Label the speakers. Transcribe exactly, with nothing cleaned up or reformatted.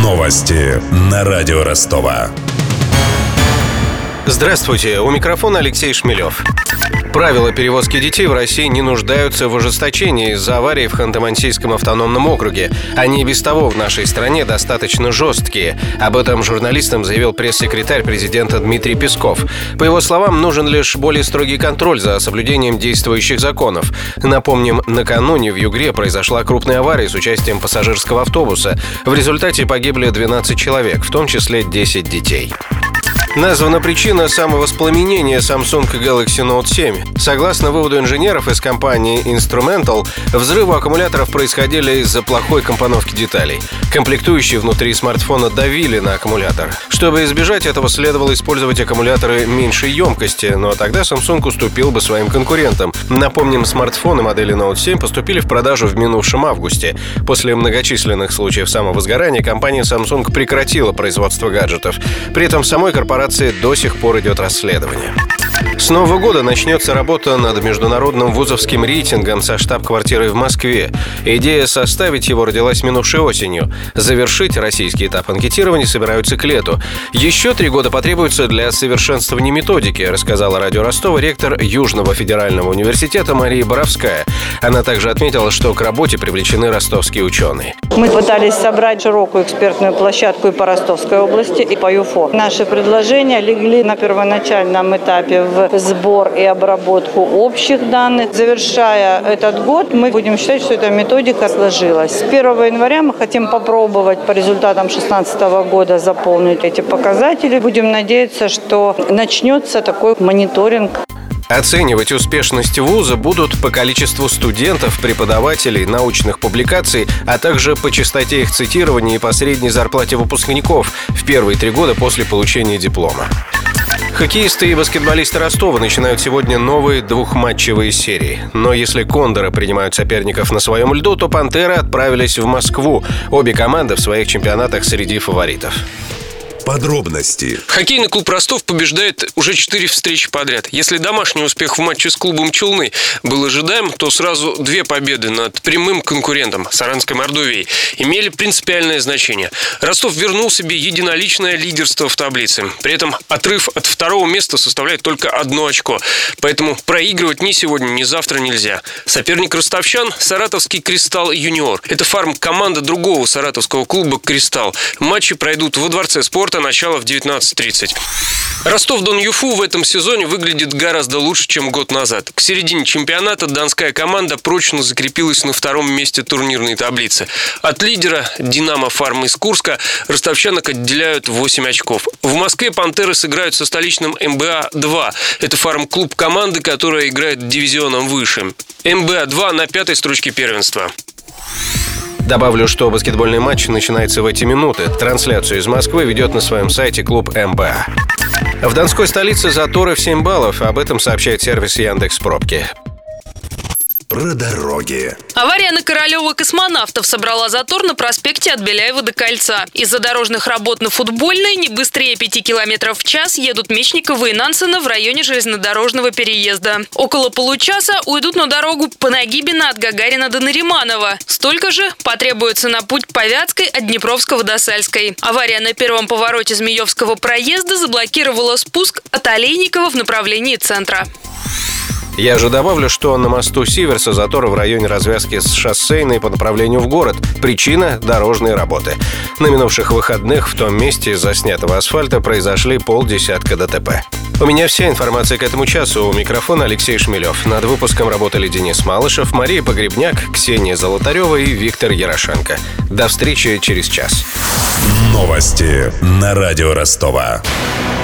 Speaker 1: Новости на радио Ростова.
Speaker 2: Здравствуйте, у микрофона Алексей Шмелев. Правила перевозки детей в России не нуждаются в ужесточении из-за аварии в Ханты-Мансийском автономном округе. Они и без того в нашей стране достаточно жесткие. Об этом журналистам заявил пресс-секретарь президента Дмитрий Песков. По его словам, нужен лишь более строгий контроль за соблюдением действующих законов. Напомним, накануне в Югре произошла крупная авария с участием пассажирского автобуса. В результате погибли двенадцать человек, в том числе десять детей. Названа причина самовоспламенения Samsung Galaxy Note семь. Согласно выводу инженеров из компании Instrumental, взрывы аккумуляторов происходили из-за плохой компоновки деталей. Комплектующие внутри смартфона давили на аккумулятор. Чтобы избежать этого, следовало использовать аккумуляторы меньшей емкости, но тогда Samsung уступил бы своим конкурентам. Напомним, смартфоны модели Note семь поступили в продажу в минувшем августе. После многочисленных случаев самовозгорания компания Samsung прекратила производство гаджетов. При этом в самой корпорации до сих пор идет расследование. С Нового года начнется работа над международным вузовским рейтингом со штаб-квартирой в Москве. Идея составить его родилась минувшей осенью. Завершить российский этап анкетирования собираются к лету. Еще три года потребуется для совершенствования методики, рассказала радио Ростова ректор Южного федерального университета Мария Боровская. Она также отметила, что к работе привлечены ростовские ученые.
Speaker 3: Мы пытались собрать широкую экспертную площадку и по Ростовской области, и по ЮФО. Наши предложения легли на первоначальном этапе в сбор и обработку общих данных. Завершая этот год, мы будем считать, что эта методика сложилась. С первого января мы хотим попробовать по результатам две тысячи шестнадцатого года заполнить эти показатели. Будем надеяться, что начнется такой мониторинг.
Speaker 2: Оценивать успешность вуза будут по количеству студентов, преподавателей, научных публикаций, а также по частоте их цитирования и по средней зарплате выпускников в первые три года после получения диплома. Хоккеисты и баскетболисты Ростова начинают сегодня новые двухматчевые серии. Но если «Кондоры» принимают соперников на своем льду, то «Пантеры» отправились в Москву. Обе команды в своих чемпионатах среди фаворитов.
Speaker 1: Подробности.
Speaker 4: Хоккейный клуб «Ростов» побеждает уже четыре встречи подряд. Если домашний успех в матче с клубом «Челны» был ожидаем, то сразу две победы над прямым конкурентом Саранской Мордовией имели принципиальное значение. Ростов вернул себе единоличное лидерство в таблице. При этом отрыв от второго места составляет только одно очко. Поэтому проигрывать ни сегодня, ни завтра нельзя. Соперник ростовчан – саратовский «Кристалл Юниор». Это фарм-команда другого саратовского клуба «Кристалл». Матчи пройдут во Дворце спорта. Начало в девятнадцать тридцать. Ростов-Дон-Юфу в этом сезоне выглядит гораздо лучше, чем год назад. К середине чемпионата донская команда прочно закрепилась на втором месте турнирной таблицы. От лидера «Динамо Фарм» из Курска ростовчанок отделяют восемь очков. В Москве «Пантеры» сыграют со столичным эм бэ а два. Это фарм-клуб команды, которая играет дивизионом выше. эм бэ а два на пятой строчке первенства.
Speaker 2: Добавлю, что баскетбольный матч начинается в эти минуты. Трансляцию из Москвы ведет на своем сайте клуб эм бэ а. В донской столице заторы в семь баллов. Об этом сообщает сервис Яндекс.Пробки.
Speaker 1: Про дороги.
Speaker 5: Авария на Королёва космонавтов собрала затор на проспекте от Беляева до Кольца. Из-за дорожных работ на Футбольной не быстрее пяти километров в час едут Мечникова и Нансена в районе железнодорожного переезда. Около получаса уйдут на дорогу по Нагибина от Гагарина до Нариманова. Столько же потребуется на путь по Вятской от Днепровского до Сальской. Авария на первом повороте Змеевского проезда заблокировала спуск от Олейникова в направлении центра.
Speaker 2: Я же добавлю, что на мосту Сиверса заторы в районе развязки с Шоссейной по направлению в город. Причина – дорожные работы. На минувших выходных в том месте из-за снятого асфальта произошли полдесятка дэ тэ пэ. У меня вся информация к этому часу. У микрофона Алексей Шмелев. Над выпуском работали Денис Малышев, Мария Погребняк, Ксения Золотарева и Виктор Ярошенко. До встречи через час.
Speaker 1: Новости на радио Ростова.